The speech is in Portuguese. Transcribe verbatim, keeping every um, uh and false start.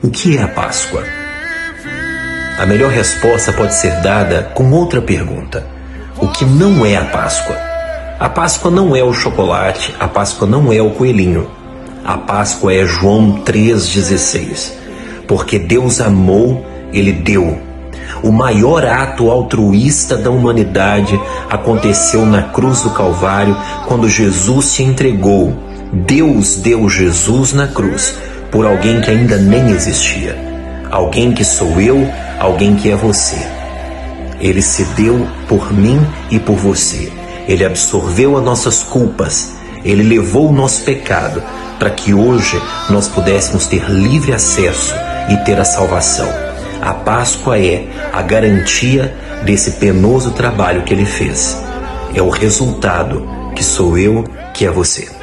O que é a Páscoa? A melhor resposta pode ser dada com outra pergunta. O que não é a Páscoa? A Páscoa não é o chocolate, a Páscoa não é o coelhinho. A Páscoa é João três dezesseis. Porque Deus amou, Ele deu. O maior ato altruísta da humanidade aconteceu na cruz do Calvário, quando Jesus se entregou. Deus deu Jesus na cruz por alguém que ainda nem existia. Alguém que sou eu, alguém que é você. Ele se deu por mim e por você. Ele absorveu as nossas culpas. Ele levou o nosso pecado para que hoje nós pudéssemos ter livre acesso e ter a salvação. A Páscoa é a garantia desse penoso trabalho que Ele fez. É o resultado que sou eu, que é você.